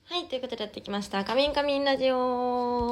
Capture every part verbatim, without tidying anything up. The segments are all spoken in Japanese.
はい、ということでやってきました。カミンカミンラジオ。はい、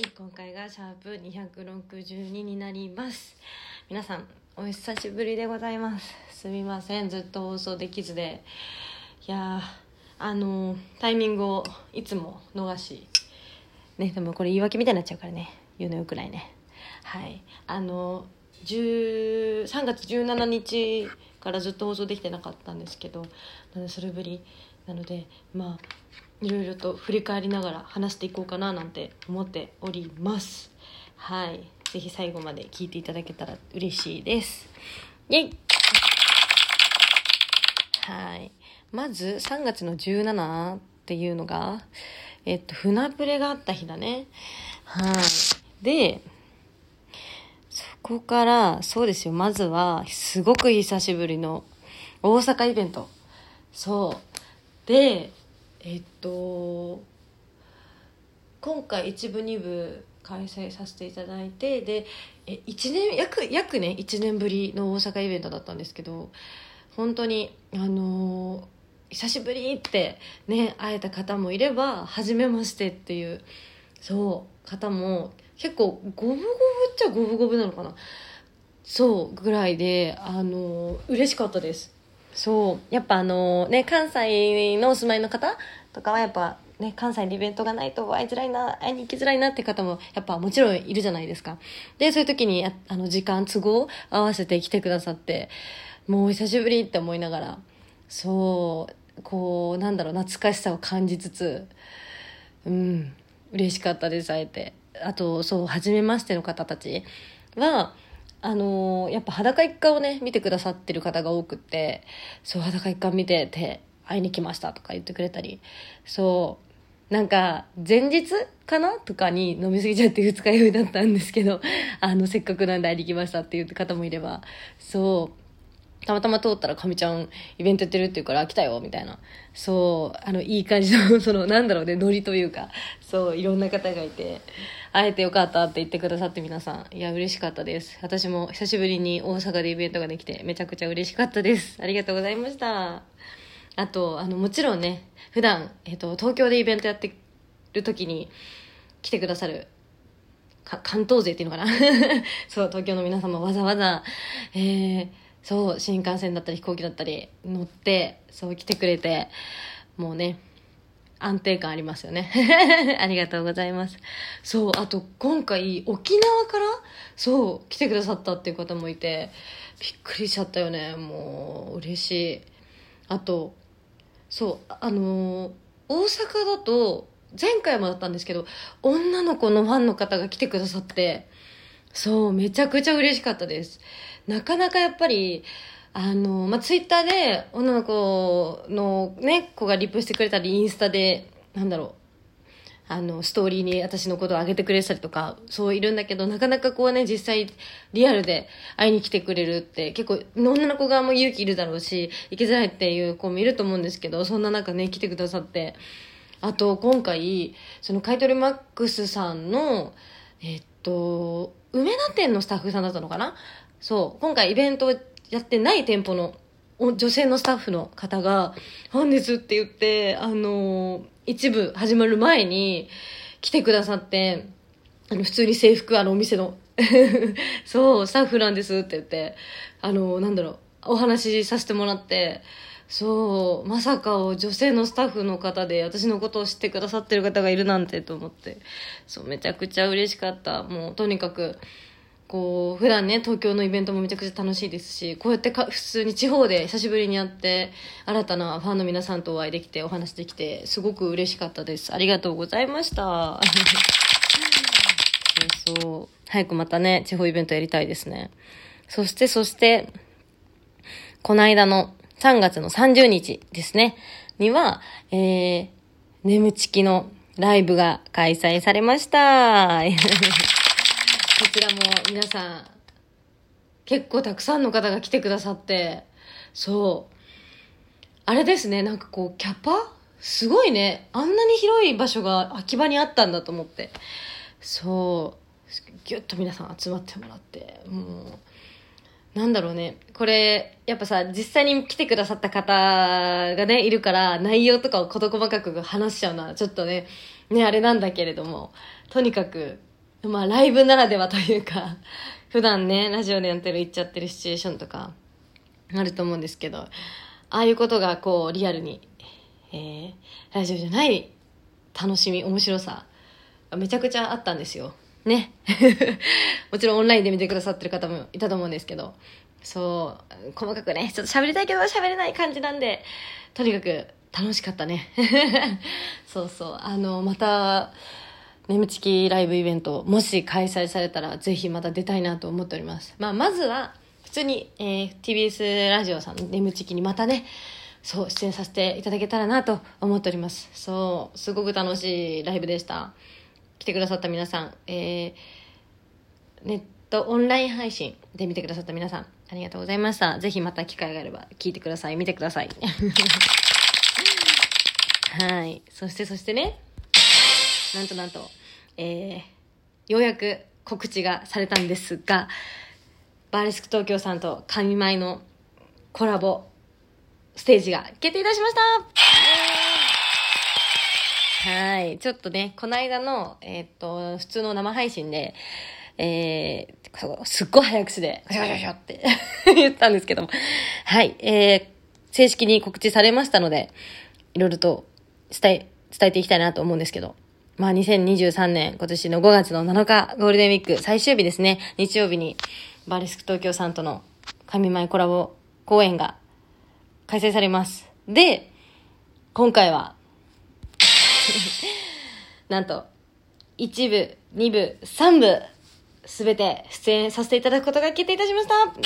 今回がシャープにひゃくろくじゅうにになります。皆さん、お久しぶりでございます。すみません、ずっと放送できずで。いやー、あのー、タイミングをいつも逃し。ね、でもこれ言い訳みたいになっちゃうからね。言うのよくないね。はい、あのー、さんがつじゅうしちにちからずっと放送できてなかったんですけど、それぶりなので、まあいろいろと振り返りながら話していこうかななんて思っております。はい、ぜひ最後まで聞いていただけたら嬉しいです。イエイ。はい、まずさんがつのじゅうしちっていうのがえっと船プレがあった日だね。はい、でそこからそうですよ、まずはすごく久しぶりの大阪イベント。そうでえっと今回一部二部開催させていただいて、でえ一年約約ねいちねんぶりの大阪イベントだったんですけど、本当にあのー、久しぶりってね会えた方もいれば、初めましてっていうそう方も結構五分五分っちゃ五分五分なのかな、そうぐらいで、あのー、嬉しかったです。そうやっぱあのね関西のお住まいの方とかはやっぱね、関西にイベントがないと会いづらいな、会いに行きづらいなって方もやっぱもちろんいるじゃないですか。でそういう時にああの時間都合合わせて来てくださって、もう久しぶりって思いながら、そうこうなんだろう、懐かしさを感じつつ、うん嬉しかったです。会えて、あとそう初めましての方たちはあのー、やっぱ裸一貫をね見てくださってる方が多くって、そう裸一貫見てて会いに来ましたとか言ってくれたり、そうなんか前日かなとかに飲み過ぎちゃって二日酔いだったんですけど、あのせっかくなんで会いに来ましたって言って方もいれば、そうたまたま通ったらかみちゃんイベントやってるって言うから来たよみたいな、そうあのいい感じのそのなんだろうね、ノリというか、そういろんな方がいて、会えてよかったって言ってくださって、皆さんいや嬉しかったです。私も久しぶりに大阪でイベントができてめちゃくちゃ嬉しかったです。ありがとうございました。あとあのもちろんね普段、えっと、東京でイベントやってる時に来てくださるか関東勢っていうのかなそう東京の皆様わざわざ、えー、そう新幹線だったり飛行機だったり乗ってそう来てくれて、もうね安定感ありますよねありがとうございます。そうあと今回沖縄からそう来てくださったっていう方もいて、びっくりしちゃったよね。もう嬉しい。あとそうあのー、大阪だと前回もだったんですけど、女の子のファンの方が来てくださって、そうめちゃくちゃ嬉しかったです。なかなかやっぱりあの、まあ、ツイッターで女の子のね子がリプしてくれたり、インスタでなんだろうあのストーリーに私のことを上げてくれたりとか、そういるんだけど、なかなかこうね実際リアルで会いに来てくれるって結構女の子側も勇気いるだろうし、行きづらいっていう子もいると思うんですけど、そんな中ね来てくださって、あと今回その買い取りマックスさんのえっと梅田店のスタッフさんだったのかな。そう今回イベントやってない店舗の女性のスタッフの方がファンですって言って、あのー、一部始まる前に来てくださって、あの普通に制服、あのお店のそうスタッフなんですって言って、あのー、なんだろうお話しさせてもらって、そうまさか女性のスタッフの方で私のことを知ってくださってる方がいるなんてと思って、そうめちゃくちゃ嬉しかった。もうとにかくこう普段ね東京のイベントもめちゃくちゃ楽しいですし、こうやってか普通に地方で久しぶりに会って新たなファンの皆さんとお会いできてお話できてすごく嬉しかったです。ありがとうございましたそうそう早くまたね地方イベントやりたいですね。そしてそしてこの間のさんがつのさんじゅうにちですねには、えー、眠ちきのライブが開催されましたこちらも皆さん結構たくさんの方が来てくださって、そうあれですね、なんかこうキャパすごいね、あんなに広い場所が秋葉にあったんだと思って、そうギュッと皆さん集まってもらって、もなんだろうね。これ、やっぱさ、実際に来てくださった方がね、いるから、内容とかを事細かく話しちゃうのは、ちょっとね、ね、あれなんだけれども、とにかく、まあ、ライブならではというか、普段ね、ラジオでやってる、言っちゃってるシチュエーションとか、あると思うんですけど、ああいうことが、こう、リアルに、えー、ラジオじゃない楽しみ、面白さ、めちゃくちゃあったんですよ。ね。もちろんオンラインで見てくださってる方もいたと思うんですけど、そう、細かくね、ちょっと喋りたいけど喋れない感じなんで、とにかく楽しかったね。そうそう、あの、また、眠ちきライブイベント、もし開催されたら、ぜひまた出たいなと思っております。まあ、まずは、普通に、えー、ティービーエス ラジオさんの眠ちきにまたね、そう、出演させていただけたらなと思っております。そう、すごく楽しいライブでした。来てくださった皆さん、えー、ネットオンライン配信で見てくださった皆さん、ありがとうございました。ぜひまた機会があれば聞いてください、見てください。はい。そしてそしてね、なんとなんと、えー、ようやく告知がされたんですが、バーレスク東京さんと神舞のコラボステージが決定いたしました。はい。ちょっとね、この間の、えーっと、普通の生配信で、えー、すっごい早口で、ガシャガシャガシャって言ったんですけども、はい。えー、正式に告知されましたので、いろいろと伝え、伝えていきたいなと思うんですけど、まあ、にせんにじゅうさんねん、今年のごがつのなのか、ゴールデンウィーク最終日ですね、日曜日に、バーレスク東京さんとの神舞コラボ公演が開催されます。で、今回は、なんと、いちぶ、にぶ、さんぶ、すべて出演させていただくことが決定いたしました。ありがとう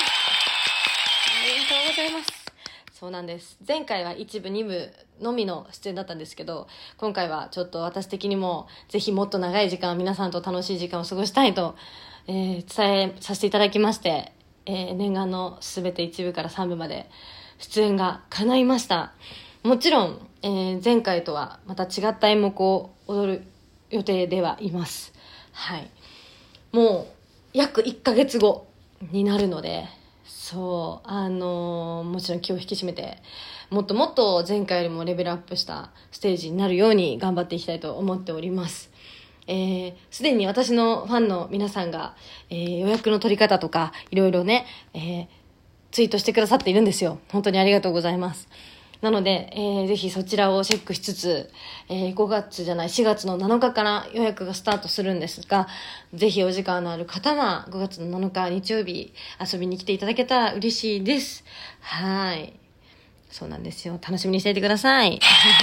ございます。そうなんです。前回はいちぶ、にぶのみの出演だったんですけど、今回はちょっと私的にも、ぜひもっと長い時間、皆さんと楽しい時間を過ごしたいと、えー、伝えさせていただきまして、えー、念願のすべていちぶからさんぶまで出演が叶いました。もちろん、えー、前回とはまた違った演目を踊る予定ではいます。はい。もう約いっかげつごになるので、そうあのー、もちろん気を引き締めて、もっともっと前回よりもレベルアップしたステージになるように頑張っていきたいと思っております。えー、すでに私のファンの皆さんが、えー、予約の取り方とかいろいろね、えー、ツイートしてくださっているんですよ。本当にありがとうございます。なので、えー、ぜひそちらをチェックしつつ、えー、ごがつじゃないしがつのなのかから予約がスタートするんですが、ぜひお時間のある方はごがつのなのか日曜日遊びに来ていただけたら嬉しいです。はい。そうなんですよ。楽しみにしていてください。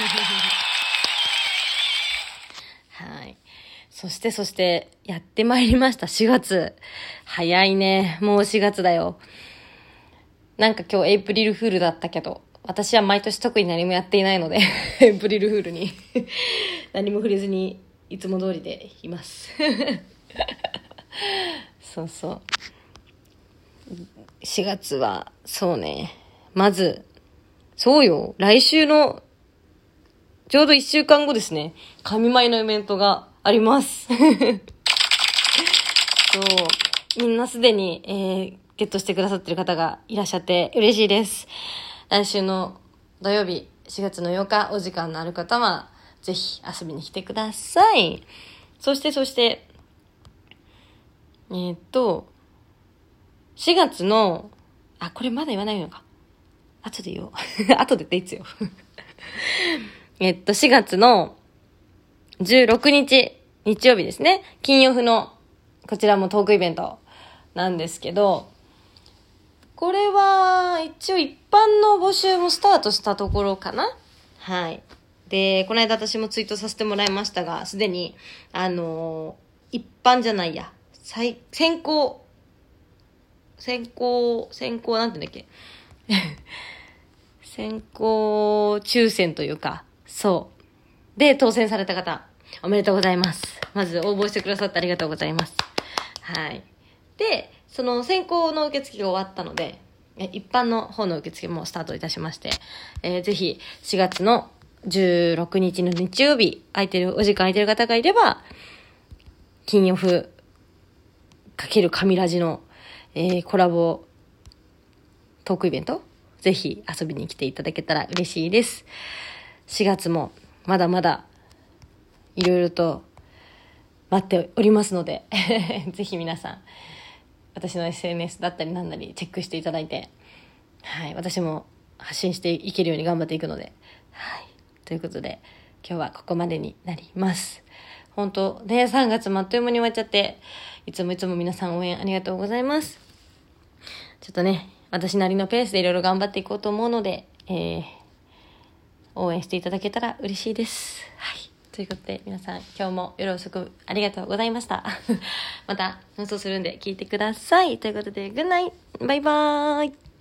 はい。そしてそしてやってまいりましたしがつ。早いね。もうしがつだよ。なんか今日エイプリルフールだったけど、私は毎年特に何もやっていないのでエイプリルフールに何も触れずにいつも通りでいますそうそう。しがつはそうね、まずそうよ、来週のちょうどいっしゅうかんごですね、神舞のイベントがありますそう、みんなすでに、えー、ゲットしてくださってる方がいらっしゃって嬉しいです。来週の土曜日しがつのようか、お時間のある方はぜひ遊びに来てください。そしてそしてえー、っとしがつのあこれまだ言わないのか、後で言おう後でっていつよえっとしがつのじゅうろくにち日曜日ですね、金曜日のこちらもトークイベントなんですけど、これは一応一般の募集もスタートしたところかな。はい。で、この間私もツイートさせてもらいましたが、すでに、あのー、一般じゃないや、先行、先行、先行なんて言うんだっけ先行抽選というか、そう。で、当選された方、おめでとうございます。まず応募してくださってありがとうございます。はい。で、その先行の受付が終わったので、一般の方の受付もスタートいたしまして、えー、ぜひしがつのじゅうろくにちの日曜日、空いてる、お時間空いてる方がいれば、金曜日かける神ラジの、 えー、コラボトークイベント、ぜひ遊びに来ていただけたら嬉しいです。しがつもまだまだいろいろと待っておりますのでぜひ皆さん私の エスエヌエス だったりなんなりチェックしていただいて、はい、私も発信していけるように頑張っていくので、はい、ということで今日はここまでになります。本当ね、さんがつもあっという間に終わっちゃって、いつもいつも皆さん応援ありがとうございます。ちょっとね、私なりのペースでいろいろ頑張っていこうと思うので、えー、応援していただけたら嬉しいです。はい。ということで皆さん今日も夜遅くありがとうございました。また放送するんで聞いてください。ということで、グッナイ、バイバーイ。